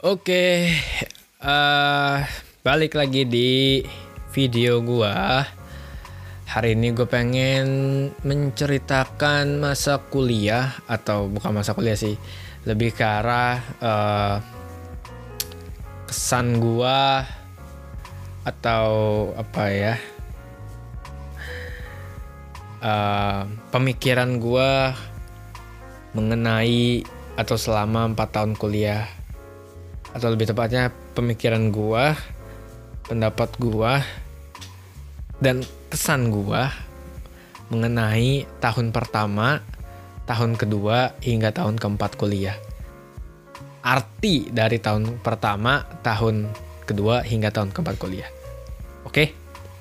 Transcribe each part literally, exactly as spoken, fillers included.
Oke, eh balik lagi di video gua. Hari ini gue pengen menceritakan masa kuliah, atau bukan masa kuliah sih, lebih ke arah eh, kesan gua atau apa ya, eh, pemikiran gua mengenai atau selama empat tahun kuliah, atau lebih tepatnya pemikiran gua, pendapat gua, dan kesan gua mengenai tahun pertama, tahun kedua, hingga tahun keempat kuliah. Arti dari tahun pertama, tahun kedua, hingga tahun keempat kuliah. Oke?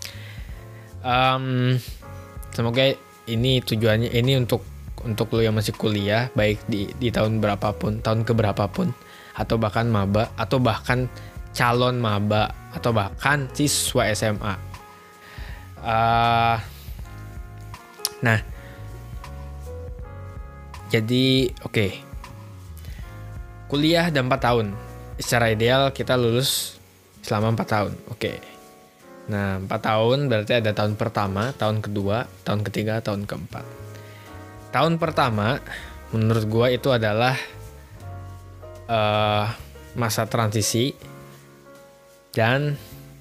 Um, semoga ini tujuannya ini untuk untuk lo yang masih kuliah, baik di di tahun berapapun, tahun keberapapun, atau bahkan maba, atau bahkan calon maba, atau bahkan siswa S M A. Uh, nah, jadi oke, okay. Kuliah dan empat tahun. Secara ideal kita lulus selama empat tahun. Oke. Okay. Nah, empat tahun berarti ada tahun pertama, tahun kedua, tahun ketiga, tahun keempat. Tahun pertama menurut gua itu adalah uh, masa transisi, dan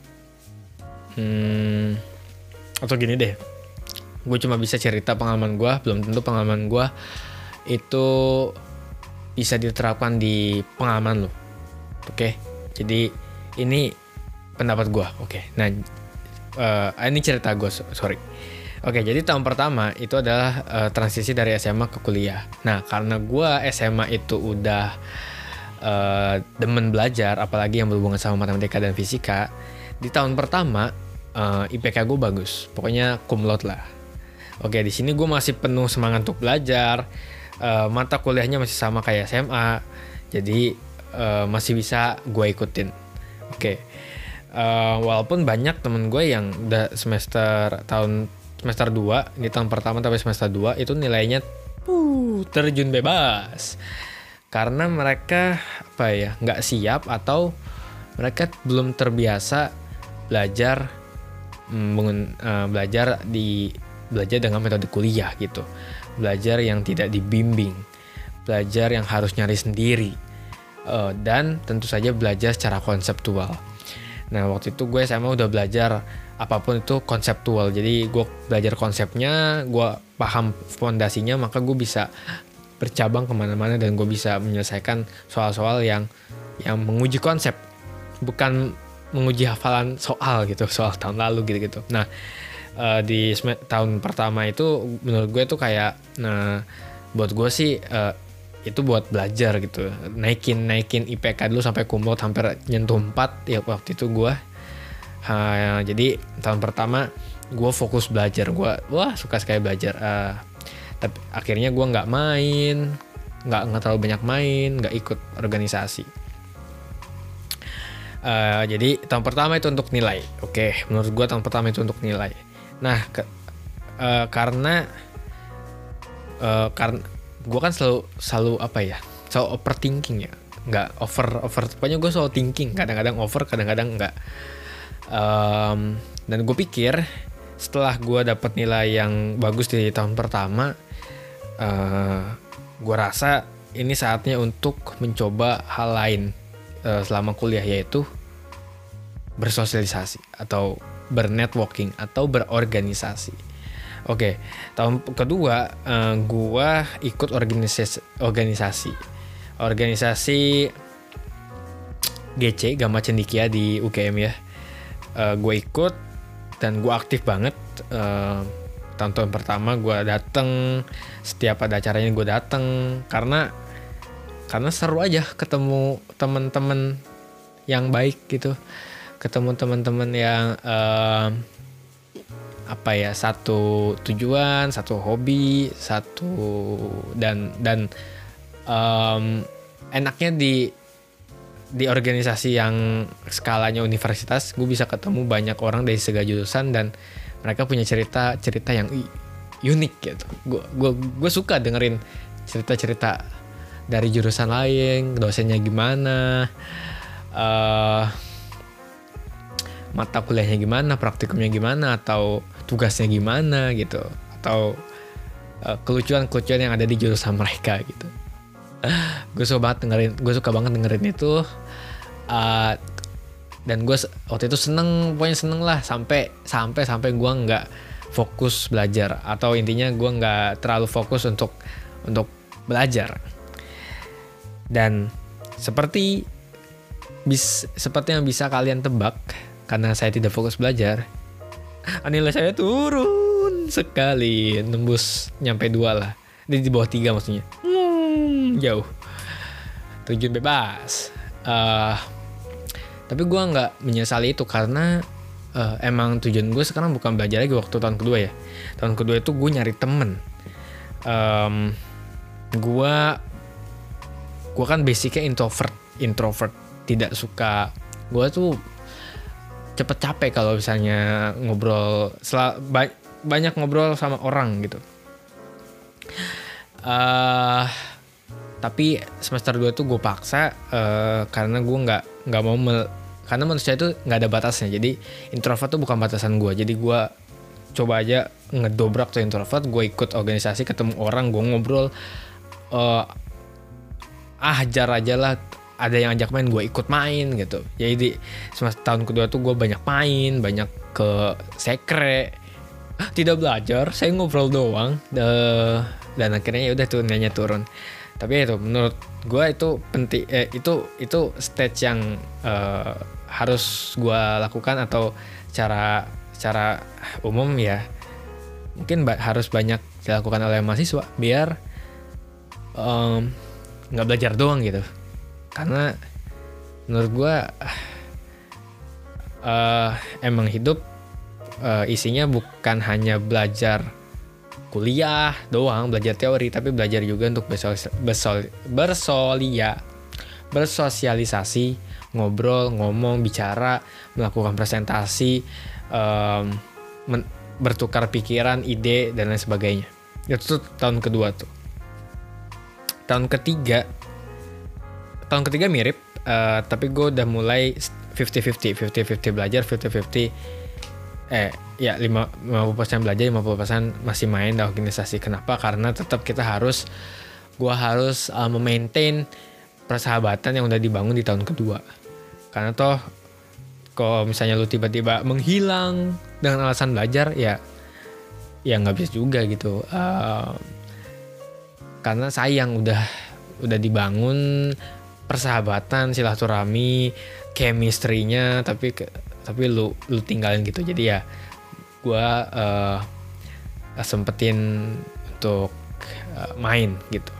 hmm, atau gini deh, gue cuma bisa cerita pengalaman gue, belum tentu pengalaman gue itu bisa diterapkan di pengalaman lo. Oke, jadi ini pendapat gue. Oke, nah uh, ini cerita gue, sorry. Oke, jadi tahun pertama itu adalah uh, transisi dari S M A ke kuliah. Nah, karena gue S M A itu udah uh, demen belajar, apalagi yang berhubungan sama matematika dan fisika, di tahun pertama uh, I P K gue bagus, pokoknya cum laude lah. Oke, di sini gue masih penuh semangat untuk belajar, uh, mata kuliahnya masih sama kayak S M A, jadi uh, masih bisa gue ikutin. Oke, uh, walaupun banyak temen gue yang udah semester tahun semester dua, di tahun pertama tapi semester dua itu nilainya uh, terjun bebas. Karena mereka apa ya, nggak siap atau mereka belum terbiasa belajar mm, uh, belajar di belajar dengan metode kuliah gitu. Belajar yang tidak dibimbing, belajar yang harus nyari sendiri, uh, dan tentu saja belajar secara konseptual. Nah, waktu itu gue S M A udah belajar apapun itu konseptual. Jadi gue belajar konsepnya, gue paham fondasinya, maka gue bisa bercabang kemana-mana dan gue bisa menyelesaikan soal-soal yang yang menguji konsep, bukan menguji hafalan soal gitu, soal tahun lalu gitu-gitu. Nah, uh, di sem- tahun pertama itu menurut gue tuh kayak, nah buat gue sih uh, itu buat belajar gitu, naikin naikin I P K dulu sampai cum laude hampir nyentuh empat ya waktu itu gue. Uh, jadi tahun pertama gue fokus belajar, gue wah suka sekali belajar. Uh, tapi akhirnya gue nggak main, nggak nggak terlalu banyak main, nggak ikut organisasi. Uh, jadi tahun pertama itu untuk nilai. Oke, okay, menurut gue tahun pertama itu untuk nilai. Nah, ke, uh, karena uh, karena gue kan selalu selalu apa ya, selalu overthinking ya, nggak over over pokoknya gue selalu thinking, kadang-kadang over, kadang-kadang nggak. Um, dan gue pikir setelah gue dapat nilai yang bagus di tahun pertama, uh, gue rasa ini saatnya untuk mencoba hal lain uh, selama kuliah, yaitu bersosialisasi atau bernetworking atau berorganisasi. Oke, tahun kedua uh, gue ikut organisasi organisasi organisasi G C Gama Cendikia di U G M ya. Uh, gue ikut dan gue aktif banget. Uh, tahun-tahun pertama gue dateng, setiap ada acaranya gue dateng, karena karena seru aja ketemu teman-teman yang baik gitu, ketemu teman-teman yang uh, apa ya, satu tujuan, satu hobi, satu dan dan um, enaknya di di organisasi yang skalanya universitas, gue bisa ketemu banyak orang dari segala jurusan dan mereka punya cerita cerita yang unik gitu. Gue gue gue suka dengerin cerita-cerita dari jurusan lain, dosennya gimana, uh, mata kuliahnya gimana, praktikumnya gimana, atau tugasnya gimana gitu, atau uh, kelucuan-kelucuan yang ada di jurusan mereka gitu. Gue suka banget dengerin, gue suka banget dengerin itu, uh, dan gue waktu itu seneng, pokoknya seneng lah sampai sampai sampai gue nggak fokus belajar, atau intinya gue nggak terlalu fokus untuk untuk belajar. Dan seperti bis, seperti yang bisa kalian tebak, karena saya tidak fokus belajar, nilai saya turun sekali, nembus nyampe dua lah, di bawah tiga maksudnya, hmm, jauh, terjun bebas. Uh, tapi gue nggak menyesali itu, karena uh, emang tujuan gue sekarang bukan belajar lagi waktu tahun kedua ya. Tahun kedua itu gue nyari temen. Um, gue gue kan basicnya introvert, introvert tidak suka, gue tuh cepet capek kalau misalnya ngobrol, sel- ba- banyak ngobrol sama orang gitu. Uh, tapi semester dua tuh gue paksa, uh, karena gue nggak nggak mau mel- karena manusia itu nggak ada batasnya. Jadi introvert tuh bukan batasan gue. Jadi gue coba aja ngedobrak tuh introvert. Gue ikut organisasi, ketemu orang, gue ngobrol. Uh, ah hajar aja lah, ada yang ajak main gue ikut main gitu. Jadi semester tahun kedua tuh gue banyak main, banyak ke sekre, tidak belajar, saya ngobrol doang. Uh, dan akhirnya ya udah tuh nilainya turun. Tapi itu menurut gue itu penting, eh, itu itu stage yang uh, harus gue lakukan, atau cara cara umum ya mungkin ba- harus banyak dilakukan oleh mahasiswa biar um, nggak belajar doang gitu. Karena menurut gue uh, emang hidup uh, isinya bukan hanya belajar kuliah doang, belajar teori, tapi belajar juga untuk bersol, bersol, bersolia, bersosialisasi, ngobrol, ngomong, bicara, melakukan presentasi, um, men, bertukar pikiran, ide, dan lain sebagainya. Itu tuh tahun kedua tuh. Tahun ketiga, tahun ketiga mirip, uh, tapi gue udah mulai fifty-fifty, fifty-fifty belajar, fifty-fifty eh ya lima puluh persen belajar, lima puluh persen masih main di organisasi. Kenapa? Karena tetap kita harus, gue harus uh, memaintain persahabatan yang udah dibangun di tahun kedua. Karena toh kalau misalnya lu tiba-tiba menghilang dengan alasan belajar, ya ya nggak bisa juga gitu. Uh, karena sayang udah udah dibangun persahabatan, silaturahmi, chemistry-nya, tapi tapi lu lu tinggalin gitu. Jadi ya gue uh, sempetin untuk uh, main gitu.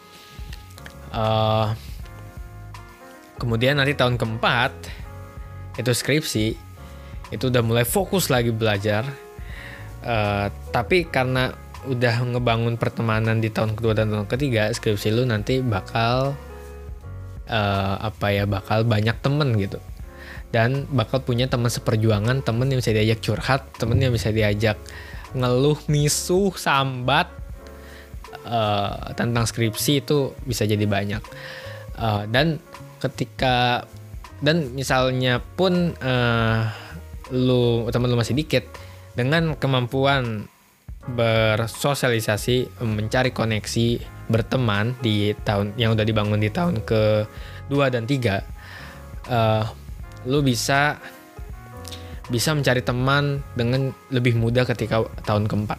Uh, kemudian nanti tahun keempat itu skripsi, itu udah mulai fokus lagi belajar. Uh, tapi karena udah ngebangun pertemanan di tahun kedua dan tahun ketiga, skripsi lu nanti bakal uh, apa ya bakal banyak temen gitu, dan bakal punya teman seperjuangan, temen yang bisa diajak curhat, temen yang bisa diajak ngeluh, misuh, sambat uh, tentang skripsi, itu bisa jadi banyak. Uh, dan ketika dan misalnya pun uh, lu temen lu masih dikit, dengan kemampuan bersosialisasi, mencari koneksi, berteman di tahun yang udah dibangun di tahun kedua dan tiga, uh, lu bisa bisa mencari teman dengan lebih mudah ketika tahun keempat.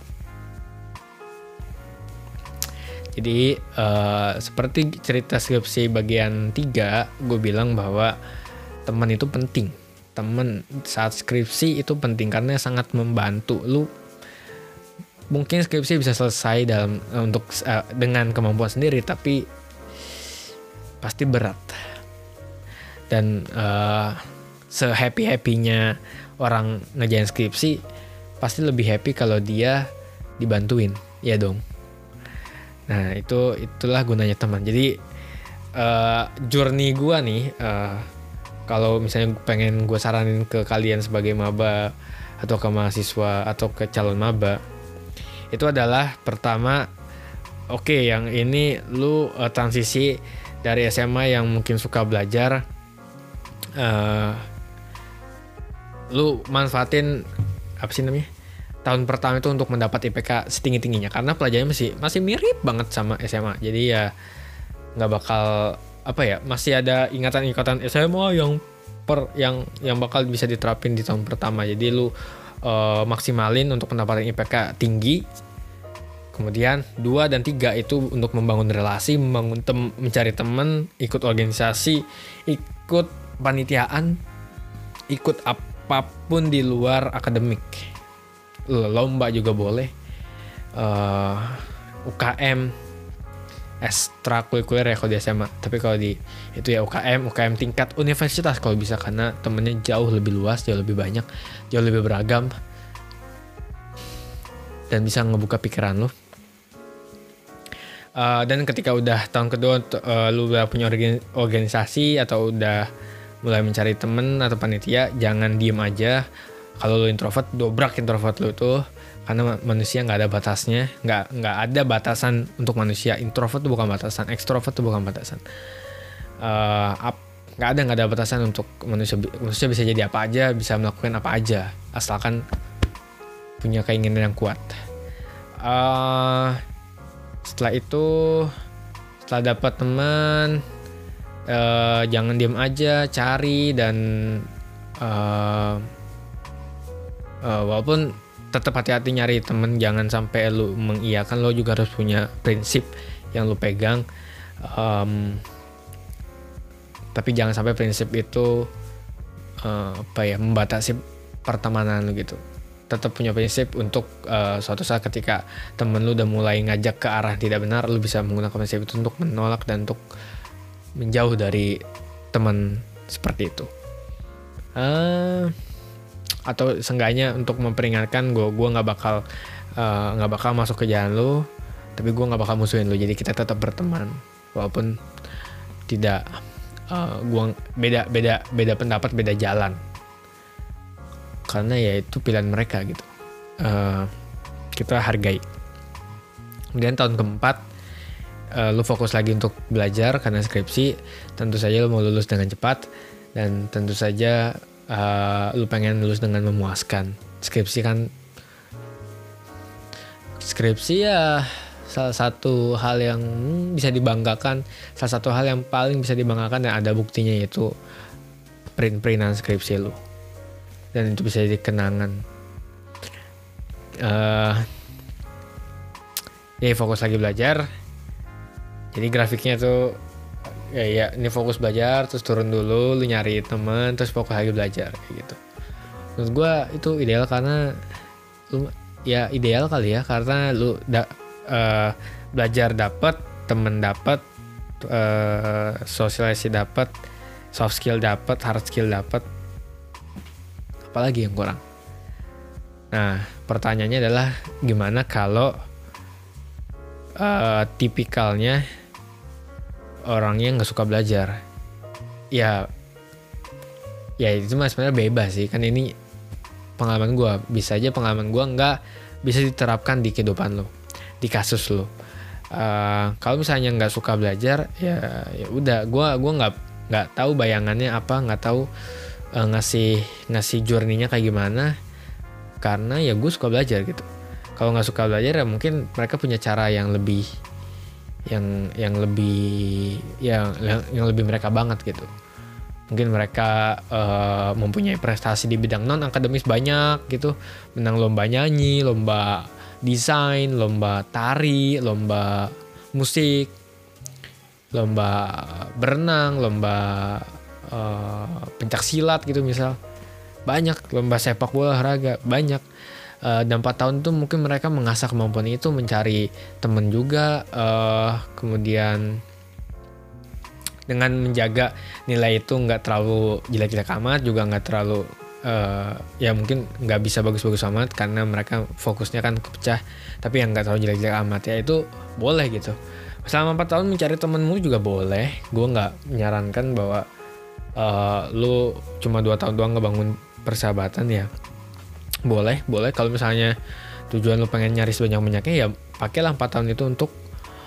Jadi uh, seperti cerita skripsi bagian tiga, gue bilang bahwa teman itu penting. Teman saat skripsi itu penting karena sangat membantu lu. Mungkin skripsi bisa selesai dalam untuk uh, dengan kemampuan sendiri, tapi pasti berat. Dan uh, se-happy-happynya orang ngerjain skripsi, pasti lebih happy kalau dia dibantuin, ya dong. Nah itu itulah gunanya teman. Jadi uh, journey gue nih, uh, kalau misalnya pengen gue saranin ke kalian sebagai maba atau ke mahasiswa atau ke calon maba, itu adalah pertama, oke okay, yang ini lu uh, transisi dari S M A yang mungkin suka belajar, uh, lu manfaatin apa sih namanya tahun pertama itu untuk mendapat I P K setinggi tingginya, karena pelajarannya masih masih mirip banget sama S M A. Jadi ya nggak bakal apa ya, masih ada ingatan-ingatan S M A yang per yang yang bakal bisa diterapin di tahun pertama. Jadi lu uh, maksimalin untuk mendapatkan I P K tinggi. Kemudian dua dan tiga itu untuk membangun relasi, membangun tem- mencari teman, ikut organisasi, ikut panitiaan, ikut apapun di luar akademik. Lomba juga boleh, uh, U K M, ekstrakurikuler ya kalau di S M A. Tapi kalau di itu ya U K M, U K M tingkat universitas kalau bisa, karena temennya jauh lebih luas, jauh lebih banyak, jauh lebih beragam, dan bisa ngebuka pikiran lo. Uh, dan ketika udah tahun kedua uh, lu udah punya organisasi atau udah mulai mencari temen atau panitia, jangan diem aja. Kalau lu introvert, dobrak introvert lu tuh, karena manusia nggak ada batasnya, nggak nggak ada batasan untuk manusia. Introvert tuh bukan batasan, ekstrovert tuh bukan batasan. Uh, up, nggak ada nggak ada batasan untuk manusia. Manusia bisa jadi apa aja, bisa melakukan apa aja, asalkan punya keinginan yang kuat. Uh, Setelah itu, setelah dapat teman, uh, jangan diam aja, cari, dan uh, uh, walaupun tetap hati-hati nyari teman, jangan sampai lu mengiyakan, lo juga harus punya prinsip yang lu pegang. Um, tapi jangan sampai prinsip itu uh, apa ya membatasi pertemanan lu gitu. Tetap punya prinsip untuk uh, suatu saat ketika temen lu udah mulai ngajak ke arah tidak benar, lu bisa menggunakan prinsip itu untuk menolak dan untuk menjauh dari teman seperti itu. Uh, atau seenggaknya untuk memperingatkan gue, gue nggak bakal nggak uh, bakal masuk ke jalan lu, tapi gue nggak bakal musuhin lu. Jadi kita tetap berteman walaupun tidak uh, gue beda beda beda pendapat, beda jalan. Karena ya itu pilihan mereka gitu, uh, kita hargai. Kemudian tahun keempat, uh, lu fokus lagi untuk belajar karena skripsi. Tentu saja lu mau lulus dengan cepat, dan tentu saja uh, lu pengen lulus dengan memuaskan. Skripsi kan, skripsi ya salah satu hal yang bisa dibanggakan, salah satu hal yang paling bisa dibanggakan dan ada buktinya, yaitu print-printan skripsi lu. Dan itu bisa jadi kenangan. Uh, ya fokus lagi belajar. Jadi grafiknya tuh ya, ya ini fokus belajar, terus turun dulu, lu nyari teman, terus fokus lagi belajar kayak gitu. Menurut gue itu ideal, karena lu ya ideal kali ya, karena lu da, uh, belajar dapat, temen dapat, uh, sosialisasi dapat, soft skill dapat, hard skill dapat. Apalagi yang kurang? Nah, pertanyaannya adalah gimana kalau uh, tipikalnya orangnya nggak suka belajar? Ya, ya itu mah sebenarnya bebas sih. Kan ini pengalaman gue, bisa aja pengalaman gue nggak bisa diterapkan di kehidupan lo, di kasus lo. Uh, kalau misalnya nggak suka belajar, ya ya udah, gue gue nggak nggak tahu bayangannya apa, nggak tahu uh, ngasih ngasih journey-nya kayak gimana, karena ya gue suka belajar gitu. Kalau nggak suka belajar ya mungkin mereka punya cara yang lebih yang yang lebih yang yang lebih mereka banget gitu. Mungkin mereka uh, mempunyai prestasi di bidang non akademis banyak gitu, menang lomba nyanyi, lomba desain, lomba tari, lomba musik, lomba berenang, lomba uh, pencak silat gitu misal. Banyak, lomba sepak bola, olahraga, banyak. Uh, dan empat tahun itu mungkin mereka mengasah kemampuan itu, mencari teman juga, uh, kemudian dengan menjaga nilai itu nggak terlalu jelek-jelek amat, juga nggak terlalu uh, ya mungkin nggak bisa bagus-bagus amat karena mereka fokusnya kan kepecah, tapi yang nggak terlalu jelek-jelek amat, ya itu boleh gitu. Selama empat tahun mencari temenmu juga boleh. Gue nggak menyarankan bahwa uh, lu cuma dua tahun doang ngebangun persahabatan, ya boleh boleh kalau misalnya tujuan lu pengen nyari sebanyak-banyaknya, ya pakailah empat tahun itu untuk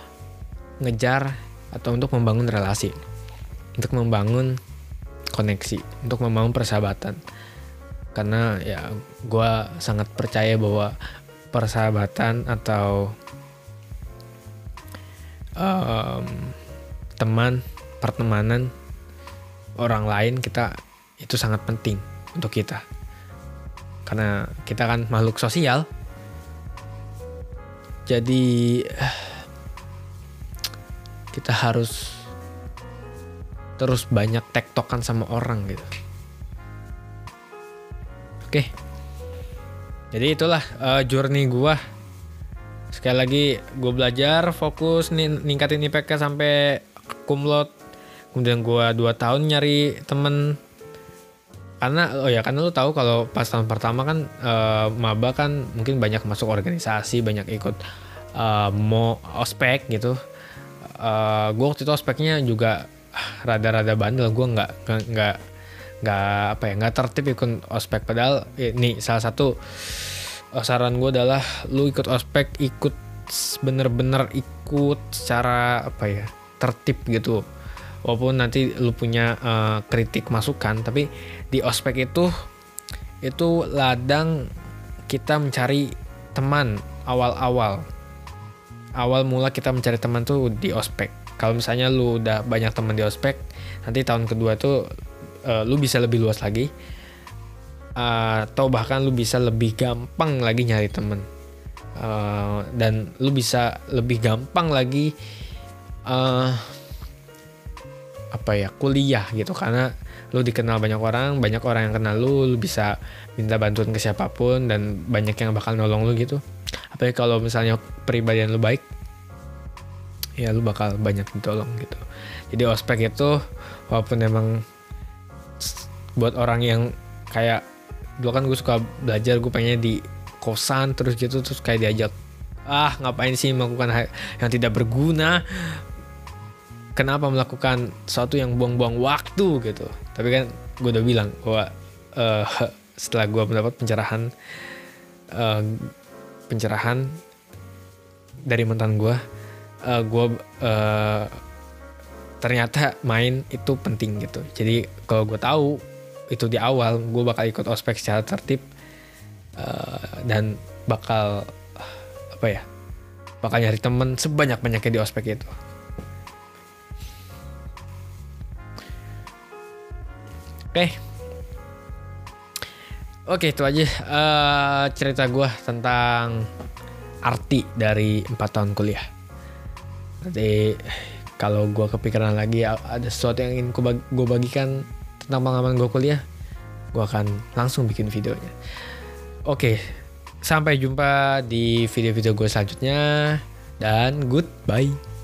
ngejar atau untuk membangun relasi, untuk membangun koneksi, untuk membangun persahabatan. Karena ya gue sangat percaya bahwa persahabatan atau um, teman, pertemanan orang lain kita itu sangat penting untuk kita. Karena kita kan makhluk sosial. Jadi kita harus terus banyak tektokan sama orang gitu. Oke. Jadi itulah uh, journey gue. Sekali lagi gue belajar, fokus nih, ningkatin I P K sampai kumlot. Kemudian gue dua tahun nyari temen. Karena oh ya karena lu tahu kalau pas tahun pertama kan uh, maba kan mungkin banyak masuk organisasi, banyak ikut uh, mo ospek gitu. Uh, gue waktu itu ospeknya juga rada-rada bandel, gue nggak nggak nggak apa ya nggak tertib ikut ospek. Padahal ini salah satu saran gue adalah lu ikut ospek ikut bener-bener ikut secara apa ya tertib gitu. Walaupun nanti lu punya uh, kritik masukan, tapi di ospek itu itu ladang kita mencari teman awal-awal. Awal mula kita mencari teman tuh di ospek. Kalau misalnya lu udah banyak teman di ospek, nanti tahun kedua tuh uh, lu bisa lebih luas lagi, uh, atau bahkan lu bisa lebih gampang lagi nyari teman, uh, dan lu bisa lebih gampang lagi uh, apa ya kuliah gitu, karena lu dikenal banyak orang, banyak orang yang kenal lu, lu bisa minta bantuan ke siapapun dan banyak yang bakal nolong lu gitu. Apalagi kalau misalnya pribadian lu baik, ya lu bakal banyak ditolong gitu. Jadi ospek itu walaupun emang buat orang yang kayak dulu kan gue suka belajar, gue pengennya di kosan terus gitu, terus kayak diajak ah ngapain sih melakukan hal yang tidak berguna, kenapa melakukan sesuatu yang buang-buang waktu gitu. Tapi kan gue udah bilang bahwa uh, setelah gue mendapat pencerahan uh, pencerahan dari mantan gue, uh, gue uh, ternyata main itu penting gitu. Jadi kalau gue tahu itu di awal, gue bakal ikut ospek secara tertib, uh, dan bakal apa ya bakal nyari temen sebanyak-banyaknya di ospek itu. Oke, oke itu aja uh, cerita gue tentang arti dari empat tahun kuliah. Nanti kalau gue kepikiran lagi ada sesuatu yang ingin gue bagikan tentang pengalaman gue kuliah, gue akan langsung bikin videonya. Oke, sampai jumpa di video-video gue selanjutnya dan goodbye.